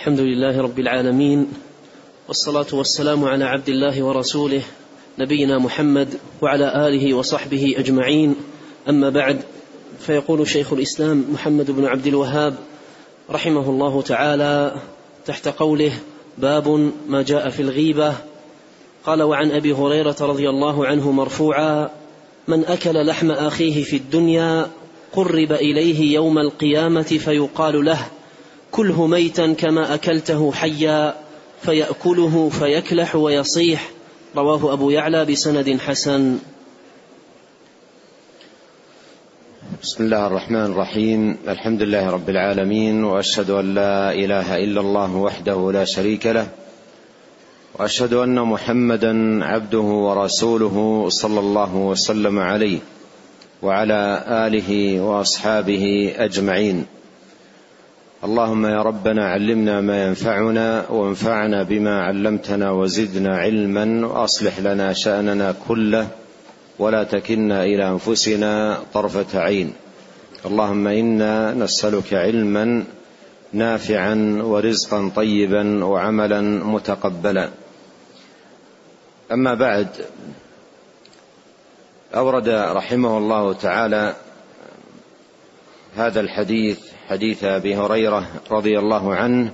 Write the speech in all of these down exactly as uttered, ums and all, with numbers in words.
الحمد لله رب العالمين، والصلاة والسلام على عبد الله ورسوله نبينا محمد وعلى آله وصحبه أجمعين. أما بعد، فيقول شيخ الإسلام محمد بن عبد الوهاب رحمه الله تعالى تحت قوله: باب ما جاء في الغيبة. قال: وعن أبي هريرة رضي الله عنه مرفوعا: من أكل لحم أخيه في الدنيا قرب إليه يوم القيامة فيقال له: كله ميتا كما أكلته حيا، فيأكله فيكلح ويصيح. رواه أبو يعلى بسند حسن. بسم الله الرحمن الرحيم. الحمد لله رب العالمين، وأشهد أن لا إله إلا الله وحده لا شريك له، وأشهد أن محمدا عبده ورسوله صلى الله وسلم عليه وعلى آله وأصحابه أجمعين. اللهم يا ربنا علمنا ما ينفعنا، وانفعنا بما علمتنا، وزدنا علما، وأصلح لنا شأننا كله، ولا تكلنا إلى أنفسنا طرفة عين. اللهم إنا نسألك علما نافعا ورزقا طيبا وعملا متقبلا. أما بعد، أورد رحمه الله تعالى هذا الحديث، حديث أبي هريرة رضي الله عنه،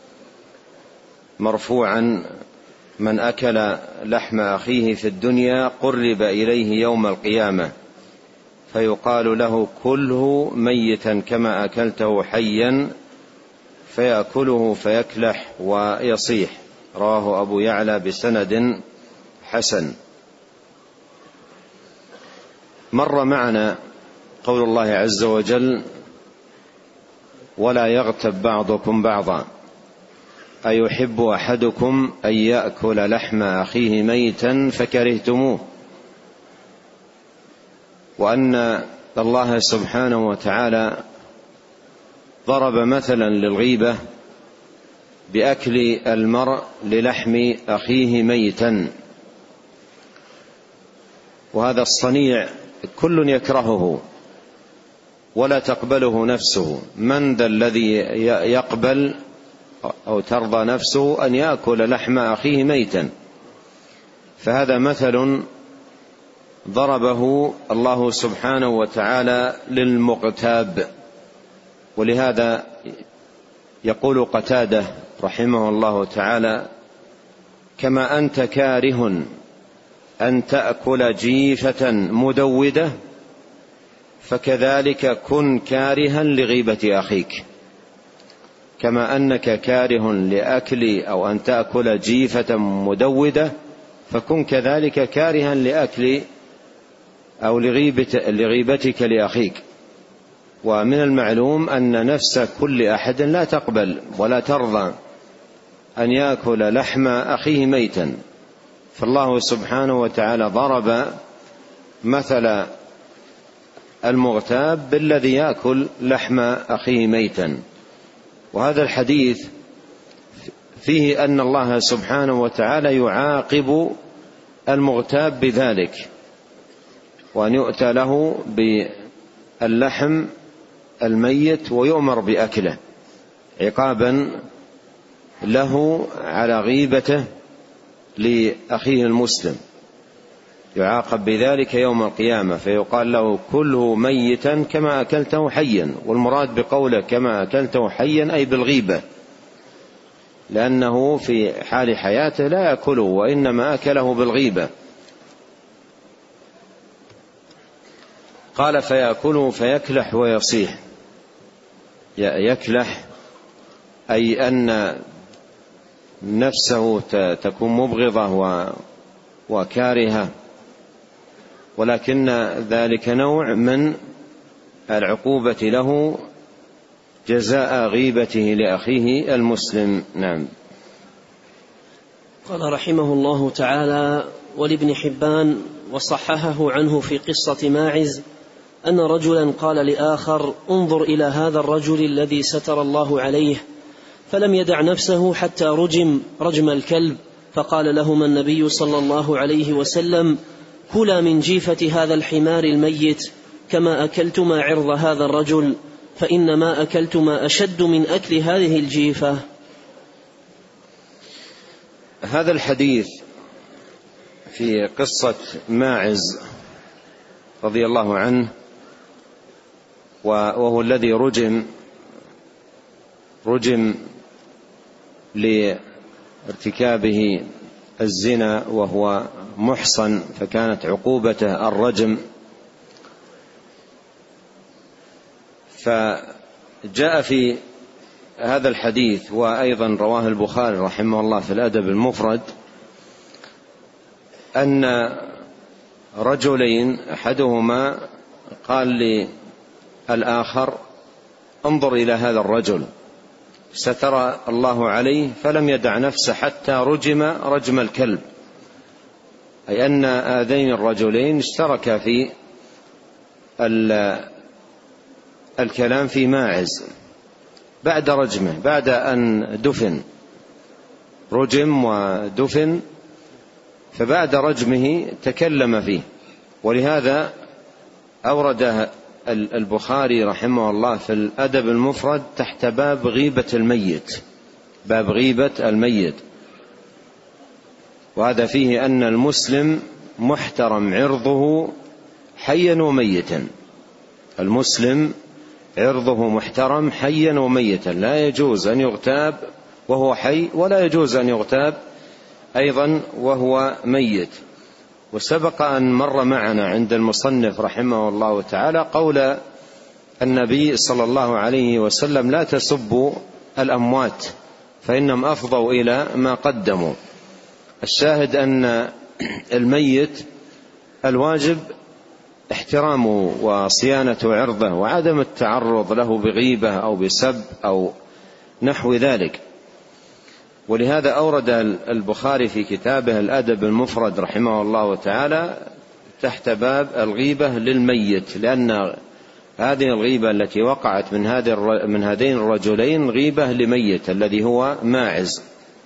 مرفوعا: من أكل لحم أخيه في الدنيا قرب إليه يوم القيامة فيقال له: كله ميتا كما أكلته حيا، فيأكله فيكلح ويصيح. رواه أبو يعلى بسند حسن. مر معنا قول الله عز وجل: ولا يغتب بعضكم بعضا أيحب أحدكم أن يأكل لحم أخيه ميتا فكرهتموه. وأن الله سبحانه وتعالى ضرب مثلا للغيبة بأكل المرء للحم أخيه ميتا، وهذا الصنيع كل يكرهه ولا تقبله نفسه. من ذا الذي يقبل أو ترضى نفسه أن يأكل لحم أخيه ميتا؟ فهذا مثل ضربه الله سبحانه وتعالى للمغتاب. ولهذا يقول قتادة رحمه الله تعالى: كما أنت كاره أن تأكل جيفة مدودة، فكذلك كن كارها لغيبة أخيك. كما أنك كاره لأكل أو أن تأكل جيفة مدودة، فكن كذلك كارها لأكل أو لغيبة لغيبتك لأخيك. ومن المعلوم أن نفس كل أحد لا تقبل ولا ترضى أن يأكل لحم أخيه ميتا، فالله سبحانه وتعالى ضرب مثل المغتاب بالذي يأكل لحم أخيه ميتا. وهذا الحديث فيه أن الله سبحانه وتعالى يعاقب المغتاب بذلك، وأن يؤتى له باللحم الميت ويؤمر بأكله عقابا له على غيبته لأخيه المسلم، يعاقب بذلك يوم القيامة، فيقال له: كله ميتا كما أكلته حيا. والمراد بقوله كما أكلته حيا أي بالغيبة، لأنه في حال حياته لا يأكله، وإنما أكله بالغيبة. قال: فيأكله فيكلح ويصيح. يكلح أي أن نفسه تكون مبغضة وكارهة، ولكن ذلك نوع من العقوبة له جزاء غيبته لأخيه المسلم. نعم. قال رحمه الله تعالى: ولابن حبان وصححه عنه في قصة ماعز أن رجلا قال لآخر: انظر إلى هذا الرجل الذي ستر الله عليه، فلم يدع نفسه حتى رجم رجم الكلب، فقال لهما النبي صلى الله عليه وسلم: كلا من جيفة هذا الحمار الميت كما أكلتما عرض هذا الرجل، فإنما أكلتما أشد من أكل هذه الجيفة. هذا الحديث في قصة ماعز رضي الله عنه، وهو الذي رجم رجم لارتكابه الزنا وهو محصن، فكانت عقوبته الرجم. فجاء في هذا الحديث، وأيضا رواه البخاري رحمه الله في الأدب المفرد، أن رجلين أحدهما قال للآخر: انظر إلى هذا الرجل سترى الله عليه، فلم يدع نفسه حتى رجم رجم الكلب، أي أن هذين الرجلين اشتركا في الكلام في ماعز بعد رجمه، بعد أن دفن، رجم ودفن، فبعد رجمه تكلم فيه. ولهذا أورد البخاري رحمه الله في الأدب المفرد تحت باب غيبة الميت، باب غيبة الميت. وهذا فيه أن المسلم محترم عرضه حيا وميتا، المسلم عرضه محترم حيا وميتا، لا يجوز أن يغتاب وهو حي، ولا يجوز أن يغتاب أيضا وهو ميت. وسبق أن مر معنا عند المصنف رحمه الله تعالى قول النبي صلى الله عليه وسلم: لا تسبوا الأموات فإنهم أفضوا إلى ما قدموا. الشاهد أن الميت الواجب احترامه وصيانة عرضه وعدم التعرض له بغيبة أو بسب أو نحو ذلك. ولهذا أورد البخاري في كتابه الأدب المفرد رحمه الله تعالى تحت باب الغيبة للميت، لأن هذه الغيبة التي وقعت من من هذين الرجلين غيبة لميت الذي هو ماعز.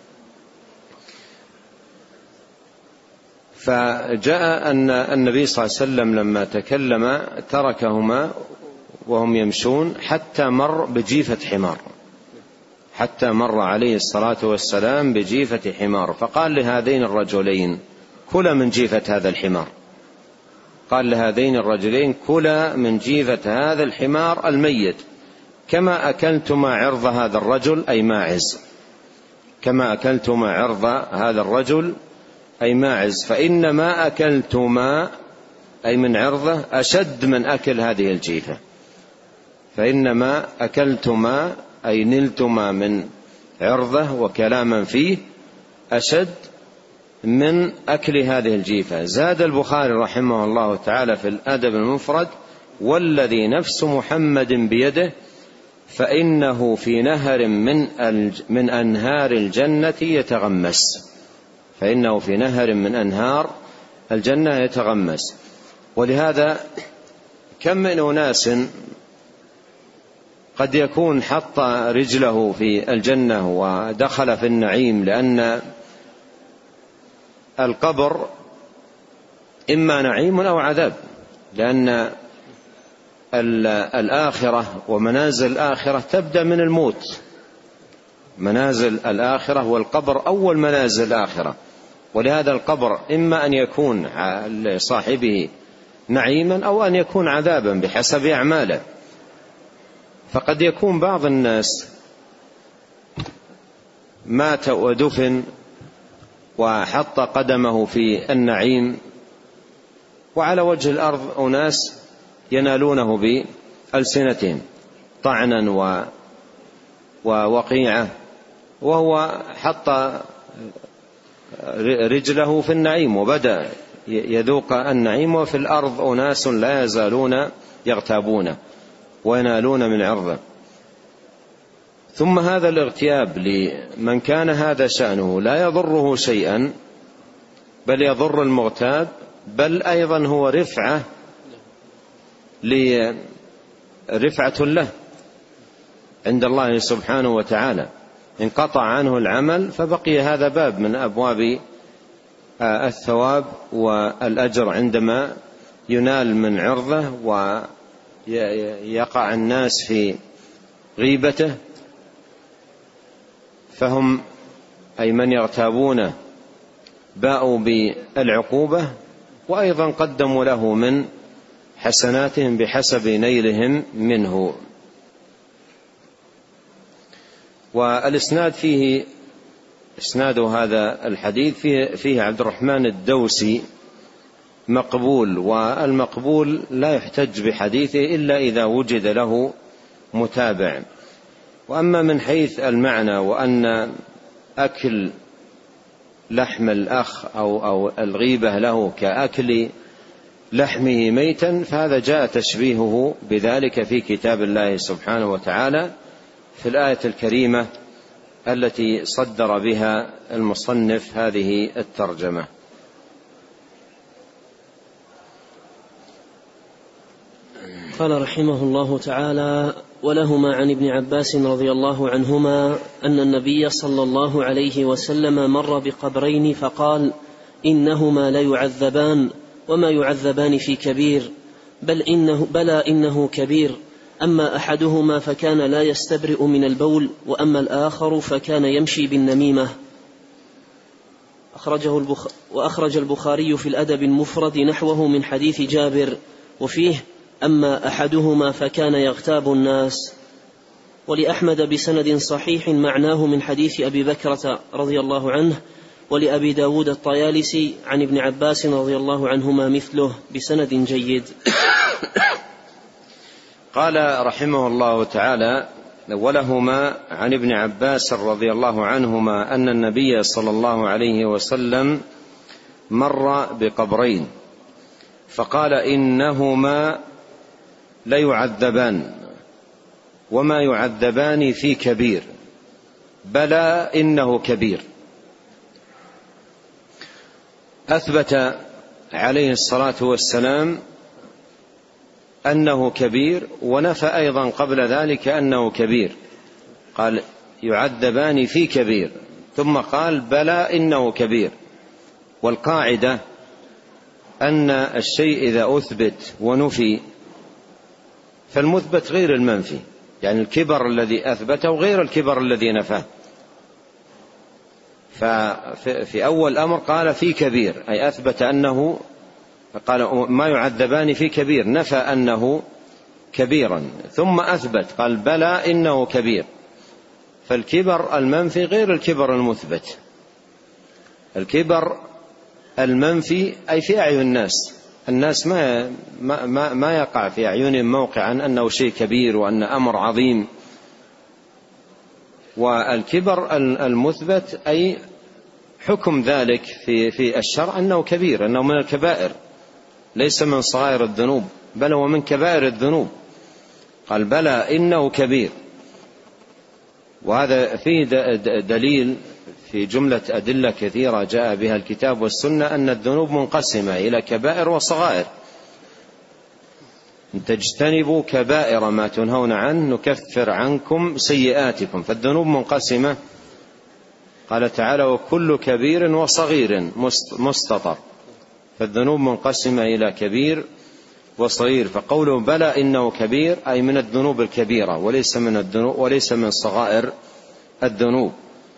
فجاء أن النبي صلى الله عليه وسلم لما تكلم تركهما وهم يمشون حتى مر بجيفة حمار، حتى مر عليه الصلاة والسلام بجيفة حمار، فقال لهذين الرجلين: كلا من جيفة هذا الحمار. قال لهذين الرجلين: كلا من جيفة هذا الحمار الميت، كما أكلتما عرض هذا الرجل أي ماعز، كما أكلتما عرض هذا الرجل أي ماعز، فإنما أكلتما أي من عرضه أشد من أكل هذه الجيفة، فإنما أكلتما أي نلتما من عرضه وكلاما فيه أشد من أكل هذه الجيفة. زاد البخاري رحمه الله تعالى في الأدب المفرد: والذي نفس محمد بيده فإنه في نهر من من أنهار الجنة يتغمس، فإنه في نهر من أنهار الجنة يتغمس. ولهذا كم من أناس قد يكون حط رجله في الجنة ودخل في النعيم، لأن القبر إما نعيم أو عذاب، لأن الآخرة ومنازل الآخرة تبدأ من الموت، منازل الآخرة والقبر أول منازل الآخرة. ولهذا القبر إما أن يكون لصاحبه نعيما أو أن يكون عذابا بحسب أعماله. فقد يكون بعض الناس مات ودفن وحط قدمه في النعيم، وعلى وجه الأرض أناس ينالونه بألسنتهم طعنا ووقيعة، وهو حط رجله في النعيم وبدأ يذوق النعيم، وفي الأرض أناس لا يزالون يغتابون وينالون من عرضه. ثم هذا الاغتياب لمن كان هذا شأنه لا يضره شيئا، بل يضر المغتاب، بل أيضا هو رفعة لرفعة له عند الله سبحانه وتعالى. انقطع عنه العمل فبقي هذا باب من أبواب الثواب والأجر عندما ينال من عرضه ويقع الناس في غيبته، فهم أي من يغتابونه باءوا بالعقوبة، وأيضا قدموا له من حسناتهم بحسب نيلهم منه. والإسناد فيه إسناد هذا الحديث فيه, فيه عبد الرحمن الدوسي مقبول، والمقبول لا يحتج بحديثه إلا إذا وجد له متابع. وأما من حيث المعنى وأن أكل لحم الأخ أو, أو الغيبة له كأكل لحمه ميتا، فهذا جاء تشبيهه بذلك في كتاب الله سبحانه وتعالى في الآية الكريمة التي صدر بها المصنف هذه الترجمة. قال رحمه الله تعالى: ولهما عن ابن عباس رضي الله عنهما أن النبي صلى الله عليه وسلم مر بقبرين فقال: إنهما ليعذبان وما يعذبان في كبير، بل إنه بلى إنه كبير، أما أحدهما فكان لا يستبرئ من البول، وأما الآخر فكان يمشي بالنميمة. أخرجه البخ... وأخرج البخاري في الأدب المفرد نحوه من حديث جابر، وفيه: أما أحدهما فكان يغتاب الناس. ولأحمد بسند صحيح معناه من حديث أبي بكرة رضي الله عنه، ولأبي داود الطيالسي عن ابن عباس رضي الله عنهما مثله بسند جيد. قال رحمه الله تعالى: ولهما عن ابن عباس رضي الله عنهما أن النبي صلى الله عليه وسلم مر بقبرين فقال: إنهما ليعذبان وما يعذبان في كبير، بلى إنه كبير. أثبت عليه الصلاة والسلام أنه كبير، ونفى أيضا قبل ذلك أنه كبير، قال: يعذبان في كبير، ثم قال: بلى إنه كبير. والقاعدة أن الشيء إذا أثبت ونفي فالمثبت غير المنفي، يعني الكبر الذي أثبته غير الكبر الذي نفاه. ففي أول أمر قال في كبير، أي أثبت أنه، قال ما يعذبان في كبير، نفى أنه كبيرا، ثم أثبت قال بلى إنه كبير. فالكبر المنفي غير الكبر المثبت. الكبر المنفي أي في أعين الناس، الناس ما, ما, ما يقع في أعينهم موقعا أنه شيء كبير وأن أمر عظيم. والكبر المثبت أي حكم ذلك في, في الشرع أنه كبير، أنه من الكبائر، ليس من صغائر الذنوب بل هو من كبائر الذنوب. قال بلى إنه كبير. وهذا فيه دليل في جملة أدلة كثيرة جاء بها الكتاب والسنة أن الذنوب منقسمة إلى كبائر وصغائر. إن تجتنبوا كبائر ما تنهون عنه نكفر عنكم سيئاتكم. فالذنوب منقسمة، قال تعالى: وكل كبير وصغير مستطر. فالذنوب منقسمة إلى كبير وصغير. فقوله بلى إنه كبير أي من الذنوب الكبيرة، وليس من الذنوب وليس من صغائر الذنوب.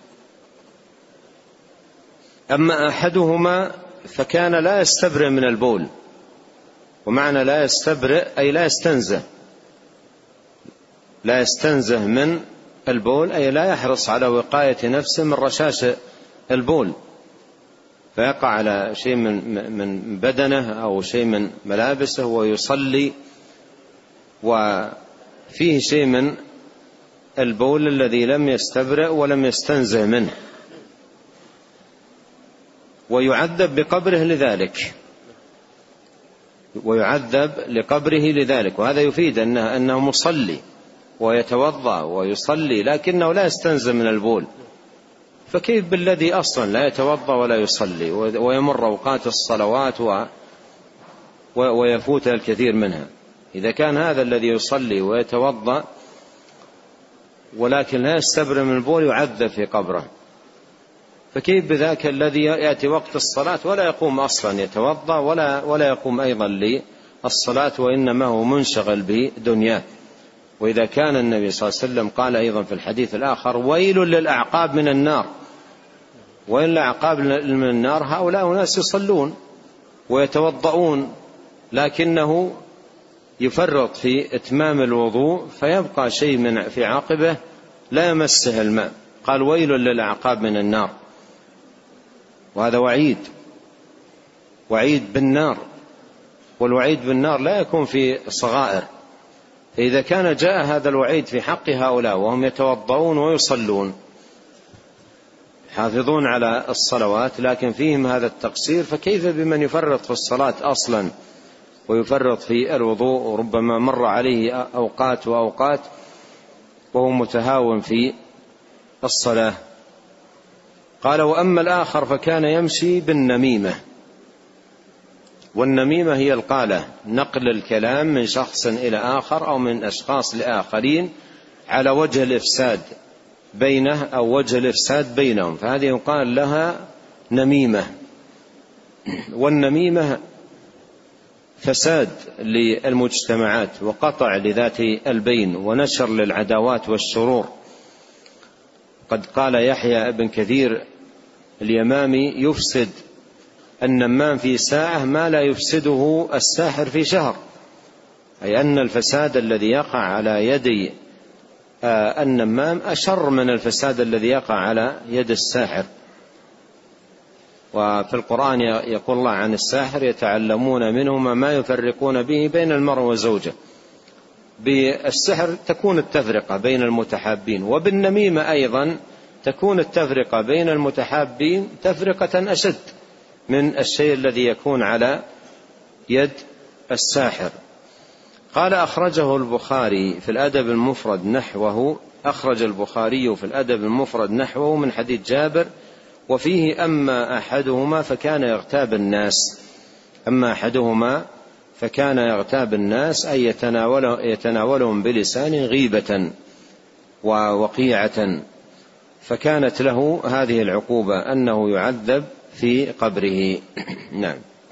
أما أحدهما فكان لا يستبرئ من البول، ومعنى لا يستبرئ أي لا يستنزه، لا يستنزه من البول أي لا يحرص على وقاية نفسه من رشاش البول، فيقع على شيء من من بدنه أو شيء من ملابسه ويصلي وفيه شيء من البول الذي لم يستبرئ ولم يستنزه منه، ويعذب بقبره لذلك، ويعذب لقبره لذلك. وهذا يفيد أنه, أنه مصلي ويتوضأ ويصلي لكنه لا يستنزه من البول، فكيف بالذي أصلا لا يتوضأ ولا يصلي ويمر أوقات الصلوات و ويفوت الكثير منها؟ إذا كان هذا الذي يصلي ويتوضأ ولكن لا يستبرئ من البول يعذب في قبره، فكيف بذاك الذي يأتي وقت الصلاة ولا يقوم أصلا يتوضأ ولا, ولا يقوم أيضا للصلاة، وإنما هو منشغل بدنياه. وإذا كان النبي صلى الله عليه وسلم قال أيضا في الحديث الآخر: ويل للأعقاب من النار، وإلا عقاب من النار هؤلاء الناس يصلون ويتوضؤون لكنه يفرط في إتمام الوضوء فيبقى شيء من في عقبه لا يمسه الماء. قال ويل للأعقاب من النار، وهذا وعيد وعيد بالنار، والوعيد بالنار لا يكون في صغائر. فإذا كان جاء هذا الوعيد في حق هؤلاء وهم يتوضؤون ويصلون حافظون على الصلوات لكن فيهم هذا التقصير، فكيف بمن يفرط في الصلاة أصلا ويفرط في الوضوء وربما مر عليه أوقات وأوقات وهو متهاون في الصلاة. قال وأما الآخر فكان يمشي بالنميمة، والنميمة هي القالة، نقل الكلام من شخص إلى آخر أو من أشخاص لآخرين على وجه الإفساد بينه أو وجه الإفساد بينهم، فهذه يقال لها نميمة. والنميمة فساد للمجتمعات وقطع لذات البين ونشر للعداوات والشرور. قد قال يحيى بن كثير اليمامي يفسد النمام في ساعة ما لا يفسده الساحر في شهر، أي أن الفساد الذي يقع على يد النمام أشر من الفساد الذي يقع على يد الساحر. وفي القرآن يقول الله عن الساحر يتعلمون منهما ما يفرقون به بين المرء وزوجه. بالسحر تكون التفرقة بين المتحابين، وبالنميمة أيضا تكون التفرقة بين المتحابين تفرقة أشد من الشيء الذي يكون على يد الساحر. قال أخرجه البخاري في الأدب المفرد نحوه، أخرج البخاري في الأدب المفرد نحوه من حديث جابر وفيه أما أحدهما فكان يغتاب الناس، أما أحدهما فكان يغتاب الناس أي يتناول يتناولهم بلسان غيبة ووقيعة، فكانت له هذه العقوبة أنه يعذب في قبره. نعم.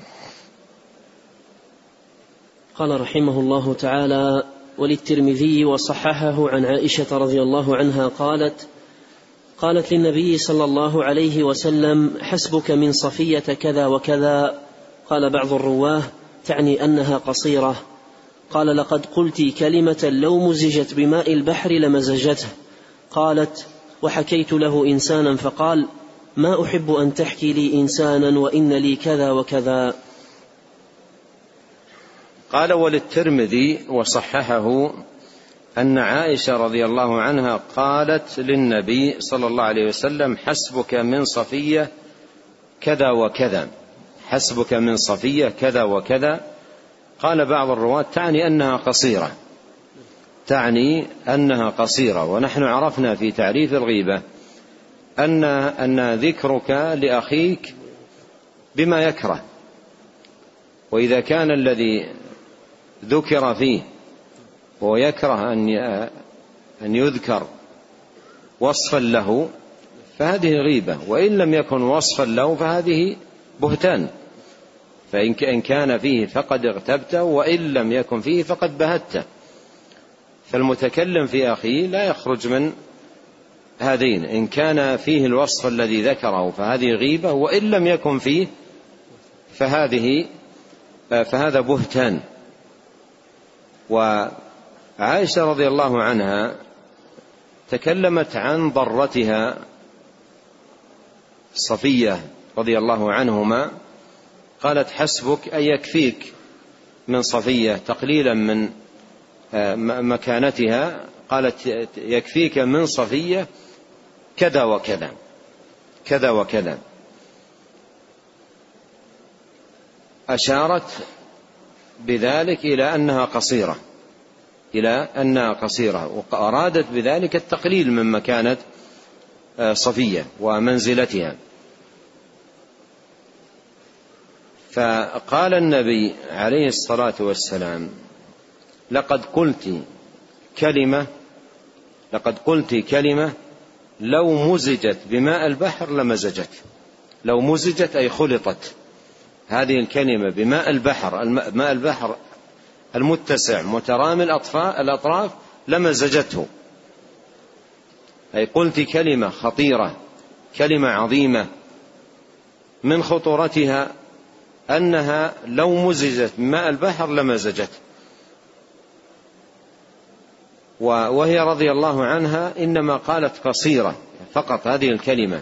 قال رحمه الله تعالى وللترمذي وصححه عن عائشة رضي الله عنها قالت قالت للنبي صلى الله عليه وسلم حسبك من صفية كذا وكذا. قال بعض الرواه تعني أنها قصيرة. قال لقد قلت كلمة لو مزجت بماء البحر لمزجته. قالت وحكيت له إنسانا فقال ما أحب أن تحكي لي إنسانا وإن لي كذا وكذا. قال وللترمذي وصححه أن عائشة رضي الله عنها قالت للنبي صلى الله عليه وسلم حسبك من صفية كذا وكذا، حسبك من صفية كذا وكذا. قال بعض الرواة تعني أنها قصيرة، تعني أنها قصيرة. ونحن عرفنا في تعريف الغيبة أن أن ذكرك لأخيك بما يكره، وإذا كان الذي ذكر فيه ويكره أن أن يذكر وصفا له فهذه غيبة، وإن لم يكن وصفا له فهذه بهتان. فإن كان فيه فقد اغتبته وإن لم يكن فيه فقد بهته. فالمتكلم في أخيه لا يخرج من هذين، إن كان فيه الوصف الذي ذكره فهذه غيبة، وإن لم يكن فيه فهذه فهذا بهتان. وعائشة رضي الله عنها تكلمت عن ضرتها صفية رضي الله عنهما، قالت حسبك أي يكفيك من صفية تقليلا من مكانتها، قالت يكفيك من صفية كذا وكذا كذا وكذا. أشارت بذلك إلى أنها قصيرة، إلى أنها قصيرة، وأرادت بذلك التقليل من مكانة صفية ومنزلتها. فقال النبي عليه الصلاة والسلام لقد قلت كلمة لقد قلت كلمة لو مزجت بماء البحر لمزجت. لو مزجت أي خلطت هذه الكلمة بماء البحر، ماء البحر المتسع مترامي الأطراف لمزجته. أي قلت كلمة خطيرة، كلمة عظيمة من خطورتها أنها لو مزجت ماء البحر لمزجت. وهي رضي الله عنها إنما قالت قصيرة فقط هذه الكلمة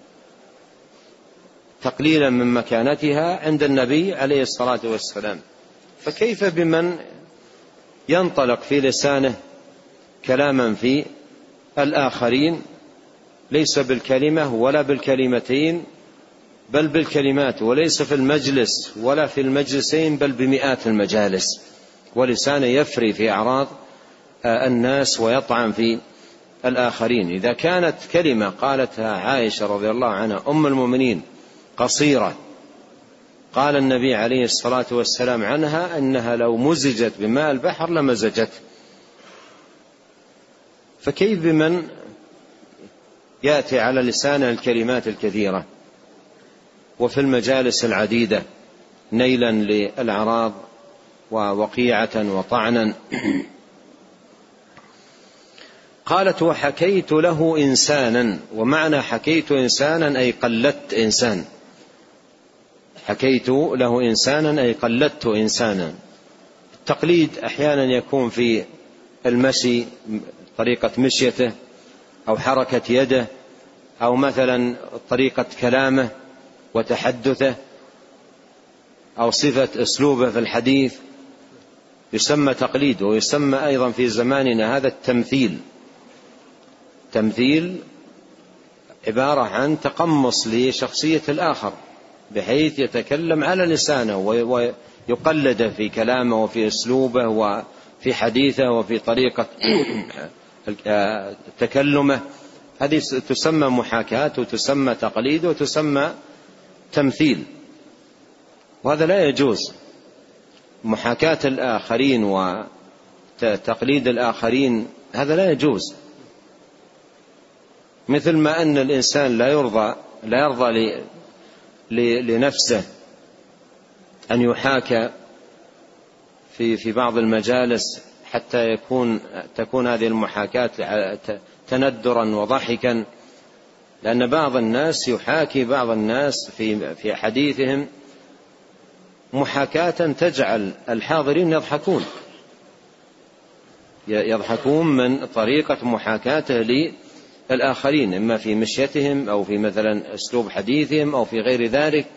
تقليلا من مكانتها عند النبي عليه الصلاة والسلام، فكيف بمن ينطلق في لسانه كلاما في الآخرين ليس بالكلمة ولا بالكلمتين بل بالكلمات، وليس في المجلس ولا في المجلسين بل بمئات المجالس، ولسانه يفري في أعراض الناس ويطعن في الآخرين. إذا كانت كلمة قالتها عائشة رضي الله عنها أم المؤمنين قصيرة قال النبي عليه الصلاة والسلام عنها أنها لو مزجت بماء البحر لمزجت، فكيف بمن يأتي على لسانه الكلمات الكثيرة وفي المجالس العديدة نيلا للأعراض ووقيعة وطعنا. قالت وحكيت له إنسانا، ومعنى حكيت إنسانا أي قلدت إنسان، حكيت له إنسانا أي قلدت إنسانا. التقليد أحيانا يكون في المشي، طريقة مشيته أو حركة يده أو مثلا طريقة كلامه وتحدثه أو صفة أسلوبه في الحديث يسمى تقليد. ويسمى أيضا في زماننا هذا التمثيل. تمثيل عبارة عن تقمص لشخصية الآخر بحيث يتكلم على لسانه ويقلده في كلامه وفي أسلوبه وفي حديثه وفي طريقة تكلمه. هذه تسمى محاكاة وتسمى تقليد وتسمى تمثيل، وهذا لا يجوز. محاكاة الآخرين وتقليد الآخرين هذا لا يجوز، مثل ما أن الإنسان لا يرضى لا يرضى لنفسه أن يحاكى في في بعض المجالس حتى يكون تكون هذه المحاكاة تندرا وضحكا، لأن بعض الناس يحاكي بعض الناس في في حديثهم محاكاة تجعل الحاضرين يضحكون يضحكون من طريقة محاكاته للآخرين، إما في مشيتهم أو في مثلا أسلوب حديثهم أو في غير ذلك.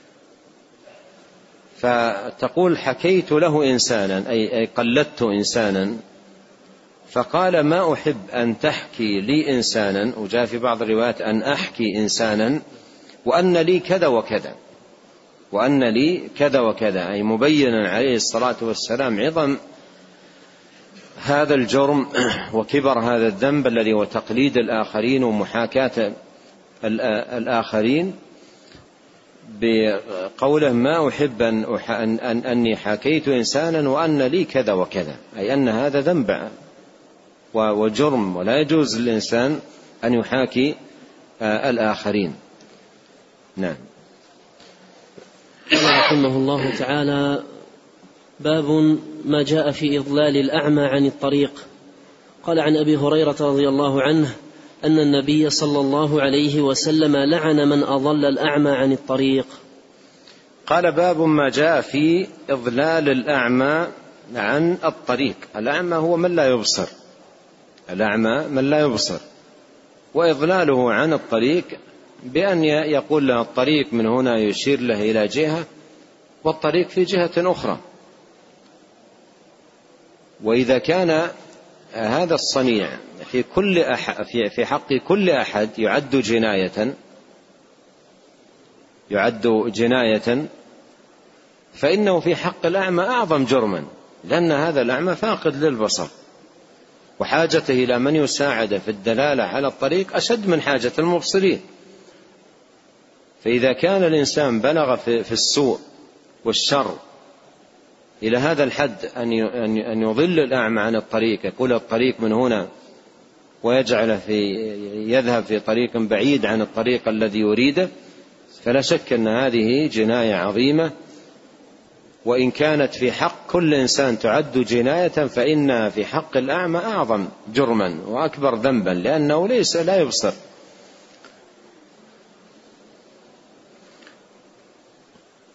فتقول حكيت له إنسانا أي قلدت إنسانا، فقال ما أحب أن تحكي لي إنسانا، وجاء في بعض الروايات أن أحكي إنسانا وأن لي كذا وكذا، وأن لي كذا وكذا، أي مبينا عليه الصلاة والسلام عظم هذا الجرم وكبر هذا الذنب الذي هو تقليد الآخرين ومحاكاة الآخرين، بقوله ما أحب أن أن أني حكيت إنسانا وأن لي كذا وكذا، أي أن هذا ذنب وجرم ولا يجوز للإنسان أن يحاكي الآخرين. نعم. قال رحمه الله تعالى باب ما جاء في إضلال الأعمى عن الطريق. قال عن أبي هريرة رضي الله عنه أن النبي صلى الله عليه وسلم لعن من أضل الأعمى عن الطريق. قال باب ما جاء في إضلال الأعمى عن الطريق. الأعمى هو من لا يبصر، الأعمى من لا يبصر، وإضلاله عن الطريق بأن يقول له الطريق من هنا، يشير له إلى جهة والطريق في جهة أخرى. وإذا كان هذا الصنيع في كل أحد في حق كل أحد يعد جناية يعد جناية فإنه في حق الأعمى أعظم جرما، لأن هذا الأعمى فاقد للبصر وحاجته إلى من يساعد في الدلالة على الطريق أشد من حاجة المبصرين. فإذا كان الإنسان بلغ في السوء والشر إلى هذا الحد أن يضل الأعمى عن الطريق، يقول الطريق من هنا ويجعله في يذهب في طريق بعيد عن الطريق الذي يريده، فلا شك أن هذه جناية عظيمة. وإن كانت في حق كل إنسان تعد جناية فإنها في حق الأعمى أعظم جرما وأكبر ذنبا، لأنه ليس لا يبصر.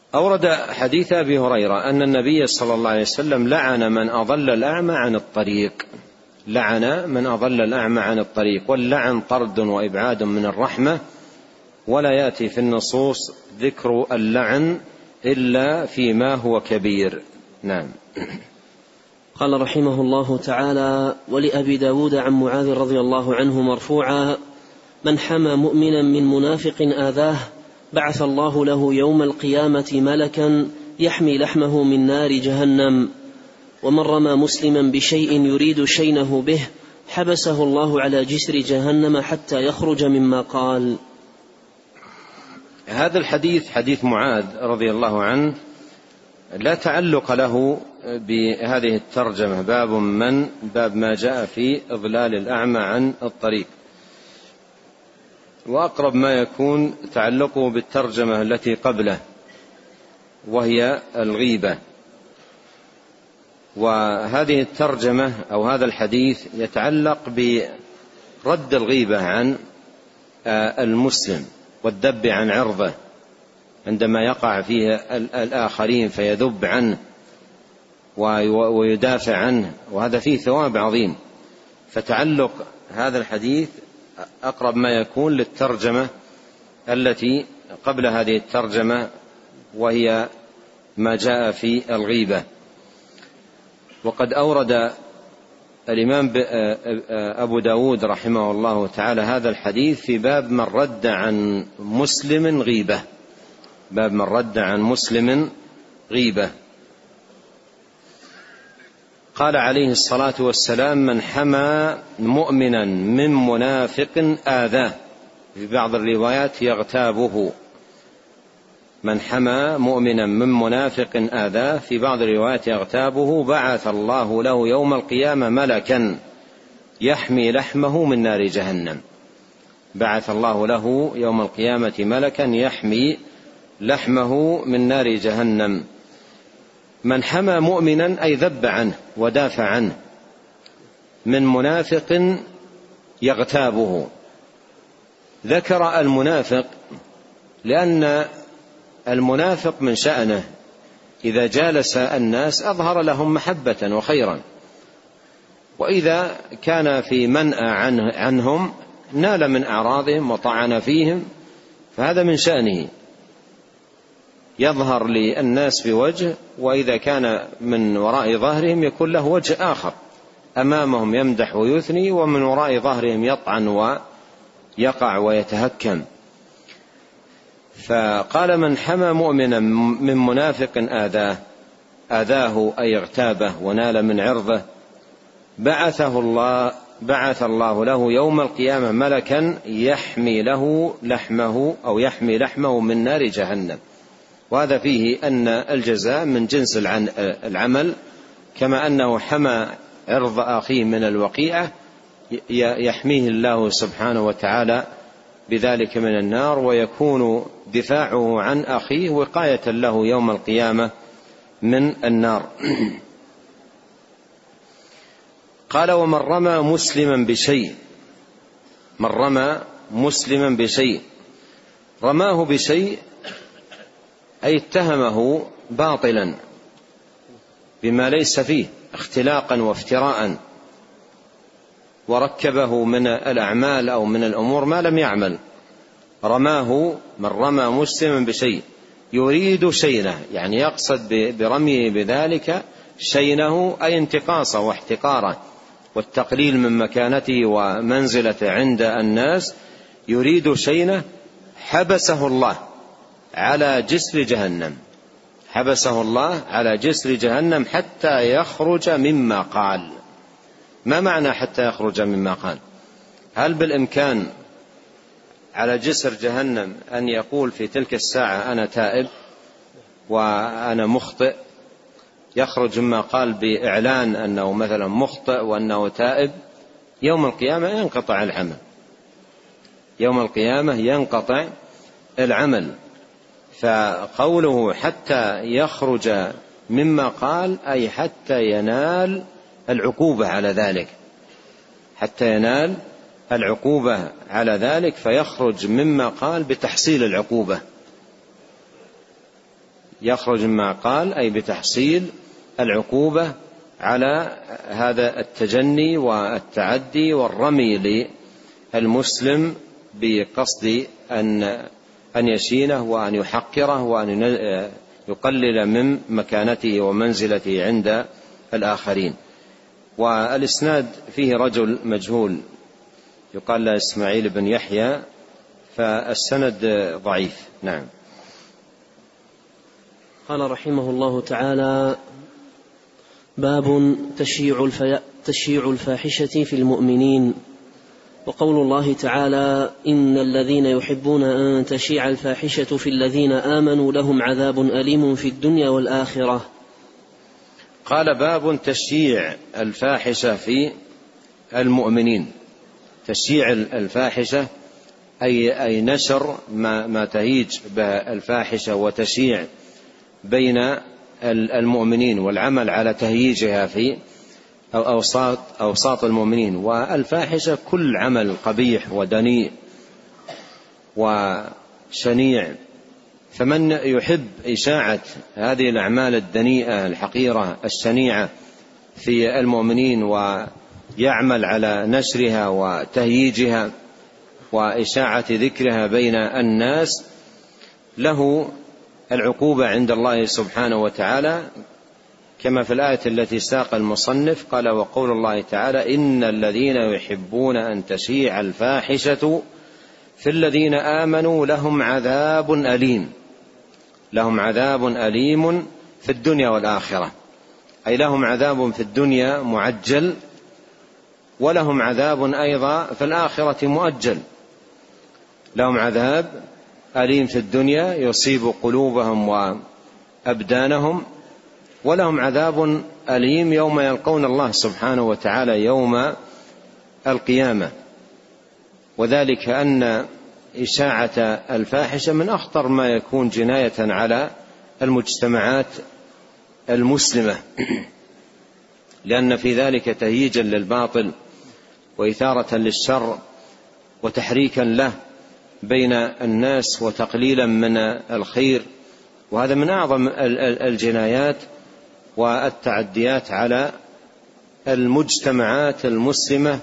أورد حديث أبي هريرة أن النبي صلى الله عليه وسلم لعن من أضل الأعمى عن الطريق، لعن من أضل الأعمى عن الطريق، واللعن طرد وإبعاد من الرحمة، ولا يأتي في النصوص ذكر اللعن إلا فيما هو كبير. نعم. قال رحمه الله تعالى: ولأبي داود عن معاذ رضي الله عنه مرفوعا: من حمى مؤمنا من منافق آذاه بعث الله له يوم القيامة ملكا يحمي لحمه من نار جهنم، ومن رمى مسلما بشيء يريد شينه به حبسه الله على جسر جهنم حتى يخرج مما قال. هذا الحديث حديث معاذ رضي الله عنه لا تعلق له بهذه الترجمة، باب من باب ما جاء في إضلال الأعمى عن الطريق، وأقرب ما يكون تعلقه بالترجمة التي قبله وهي الغيبة. وهذه الترجمة أو هذا الحديث يتعلق برد الغيبة عن المسلم والذب عن عرضه عندما يقع فيه الآخرين فيذب عنه ويدافع عنه، وهذا فيه ثواب عظيم. فتعلق هذا الحديث أقرب ما يكون للترجمة التي قبل هذه الترجمة وهي ما جاء في الغيبة. وقد أورد الإمام أبو داود رحمه الله تعالى هذا الحديث في باب من رد عن مسلم غيبة، باب من رد عن مسلم غيبة. قال عليه الصلاة والسلام: من حمى مؤمنا من منافق آذاه، في بعض الروايات يغتابه، من حمى مؤمنا من منافق آذاه، في بعض الروايات يغتابه، بعث الله له يوم القيامة ملكا يحمي لحمه من نار جهنم، بعث الله له يوم القيامة ملكا يحمي لحمه من نار جهنم. من حمى مؤمنا أي ذب عنه ودافع عنه، من منافق يغتابه. ذكر المنافق لأن المنافق من شأنه إذا جالس الناس أظهر لهم محبة وخيرا، وإذا كان في منأى عنه عنهم نال من أعراضهم وطعن فيهم، فهذا من شأنه، يظهر للناس بوجه، وإذا كان من وراء ظهرهم يكون له وجه آخر، أمامهم يمدح ويثني، ومن وراء ظهرهم يطعن ويقع ويتهكم. فقال: من حمى مؤمنا من منافق آذاه، آذاه أي اغتابه ونال من عرضه، بعثه الله بعث الله له يوم القيامة ملكا يحمي له لحمه أو يحمي لحمه من نار جهنم. وهذا فيه أن الجزاء من جنس العمل، كما أنه حمى عرض أخيه من الوقيعة يحميه الله سبحانه وتعالى بذلك من النار، ويكون دفاعه عن أخيه وقاية له يوم القيامة من النار. قال: ومن رمى مسلما بشيء، من رمى مسلما بشيء، رماه بشيء أي اتهمه باطلا بما ليس فيه اختلاقا وافتراء، وركبه من الأعمال أو من الأمور ما لم يعمل. رماه، من رمى مسلما بشيء يريد شينه، يعني يقصد برميه بذلك شينه أي انتقاصه واحتقاره والتقليل من مكانته ومنزلته عند الناس، يريد شينه، حبسه الله على جسر جهنم، حبسه الله على جسر جهنم حتى يخرج مما قال. ما معنى حتى يخرج مما قال؟ هل بالإمكان على جسر جهنم أن يقول في تلك الساعة أنا تائب وأنا مخطئ، يخرج مما قال بإعلان أنه مثلا مخطئ وأنه تائب؟ يوم القيامة ينقطع العمل، يوم القيامة ينقطع العمل. فقوله حتى يخرج مما قال أي حتى ينال العقوبة على ذلك، حتى ينال العقوبة على ذلك، فيخرج مما قال بتحصيل العقوبة. يخرج مما قال أي بتحصيل العقوبة على هذا التجني والتعدي والرمي للمسلم بقصد أن أن يشينه وأن يحقره وأن يقلل من مكانته ومنزلته عند الآخرين. والإسناد فيه رجل مجهول يقال له إسماعيل بن يحيى، فالسند ضعيف. نعم. قال رحمه الله تعالى: باب تشييع, الفي... تشييع الفاحشة في المؤمنين. وقول الله تعالى: إن الذين يحبون أن تشيع الفاحشة في الذين آمنوا لهم عذاب أليم في الدنيا والآخرة. قال: باب تشييع الفاحشة في المؤمنين. تشييع الفاحشة أي, أي نشر ما, ما تهيج بالفاحشة وتشيع بين المؤمنين والعمل على تهييجها في أوساط, أوساط المؤمنين. والفاحشة كل عمل قبيح ودنيء وشنيع، فمن يحب إشاعة هذه الأعمال الدنيئة الحقيرة الشنيعة في المؤمنين ويعمل على نشرها وتهييجها وإشاعة ذكرها بين الناس له العقوبة عند الله سبحانه وتعالى، كما في الآية التي ساق المصنف قال: وقول الله تعالى: إن الذين يحبون أن تشيع الفاحشة في الذين آمنوا لهم عذاب أليم. لهم عذاب أليم في الدنيا والآخرة، أي لهم عذاب في الدنيا معجل، ولهم عذاب أيضا في الآخرة مؤجل. لهم عذاب أليم في الدنيا يصيب قلوبهم وأبدانهم، ولهم عذاب أليم يوم يلقون الله سبحانه وتعالى يوم القيامة. وذلك أن إشاعة الفاحشة من أخطر ما يكون جناية على المجتمعات المسلمة، لأن في ذلك تهييجا للباطل وإثارة للشر وتحريكا له بين الناس وتقليلا من الخير، وهذا من أعظم الجنايات والتعديات على المجتمعات المسلمة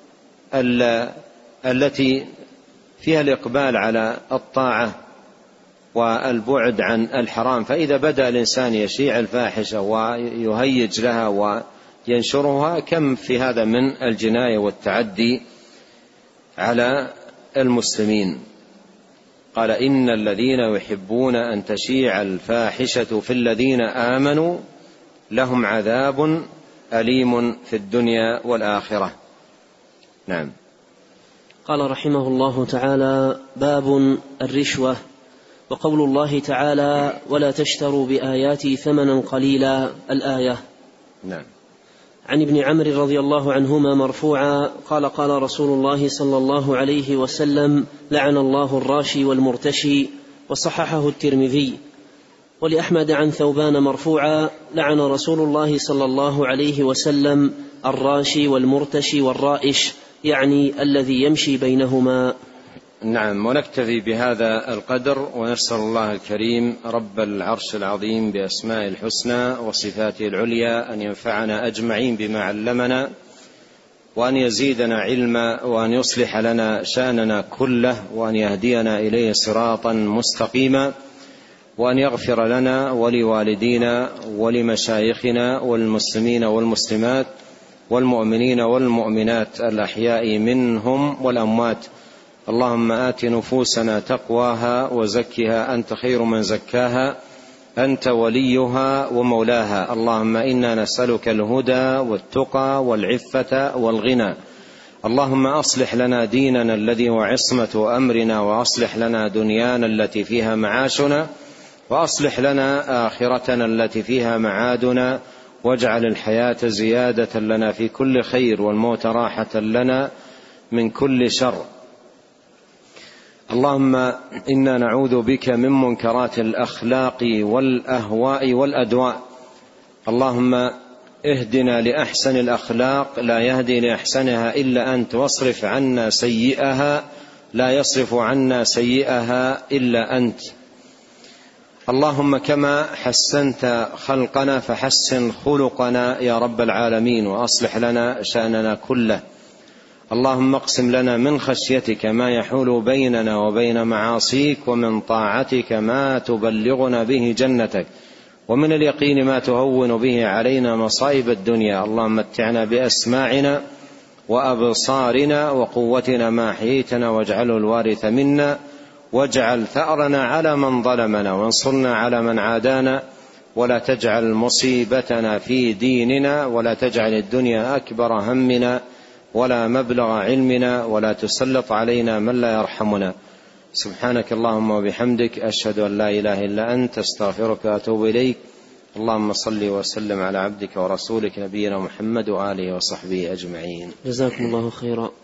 التي فيها الإقبال على الطاعة والبعد عن الحرام. فإذا بدأ الإنسان يشيع الفاحشة ويهيج لها وينشرها، كم في هذا من الجناية والتعدي على المسلمين. قال: إن الذين يحبون أن تشيع الفاحشة في الذين آمنوا لهم عذاب أليم في الدنيا والآخرة. نعم. قال رحمه الله تعالى: باب الرشوة. وقول الله تعالى: ولا تشتروا بآياتي ثمنا قليلا، الآية. نعم. عن ابن عمرو رضي الله عنهما مرفوعا قال: قال رسول الله صلى الله عليه وسلم: لعن الله الراشي والمرتشي. وصححه الترمذي. ولأحمد عن ثوبان مرفوعا: لعن رسول الله صلى الله عليه وسلم الراشي والمرتشي والرائش، يعني الذي يمشي بينهما. نعم. ونكتفي بهذا القدر، ونسأل الله الكريم رب العرش العظيم بأسماء الحسنى وصفاته العليا أن ينفعنا أجمعين بما علمنا، وأن يزيدنا علما، وأن يصلح لنا شأننا كله، وأن يهدينا إليه صراطا مستقيما، وأن يغفر لنا ولوالدينا ولمشايخنا والمسلمين والمسلمات والمؤمنين والمؤمنات الأحياء منهم والأموات. اللهم آت نفوسنا تقواها وزكها أنت خير من زكاها، أنت وليها ومولاها. اللهم إنا نسألك الهدى والتقى والعفة والغنى. اللهم أصلح لنا ديننا الذي هو عصمة أمرنا، وأصلح لنا دنيانا التي فيها معاشنا، وأصلح لنا آخرتنا التي فيها معادنا، واجعل الحياة زيادة لنا في كل خير، والموت راحة لنا من كل شر. اللهم إنا نعوذ بك من منكرات الأخلاق والأهواء والأدواء. اللهم اهدنا لأحسن الأخلاق، لا يهدي لأحسنها إلا أنت، واصرف عنا سيئها، لا يصرف عنا سيئها إلا أنت. اللهم كما حسنت خلقنا فحسن خلقنا يا رب العالمين، وأصلح لنا شأننا كله. اللهم اقسم لنا من خشيتك ما يحول بيننا وبين معاصيك، ومن طاعتك ما تبلغنا به جنتك، ومن اليقين ما تهون به علينا مصائب الدنيا. اللهم متعنا بأسماعنا وأبصارنا وقوتنا ما أحييتنا، واجعله الوارث منا، واجعل ثأرنا على من ظلمنا، وانصرنا على من عادانا، ولا تجعل مصيبتنا في ديننا، ولا تجعل الدنيا أكبر همنا ولا مبلغ علمنا، ولا تسلط علينا من لا يرحمنا. سبحانك اللهم وبحمدك، أشهد أن لا إله إلا أنت، استغفرك وأتوب إليك. اللهم صل وسلم على عبدك ورسولك نبينا محمد وآله وصحبه أجمعين. جزاكم الله خيرا.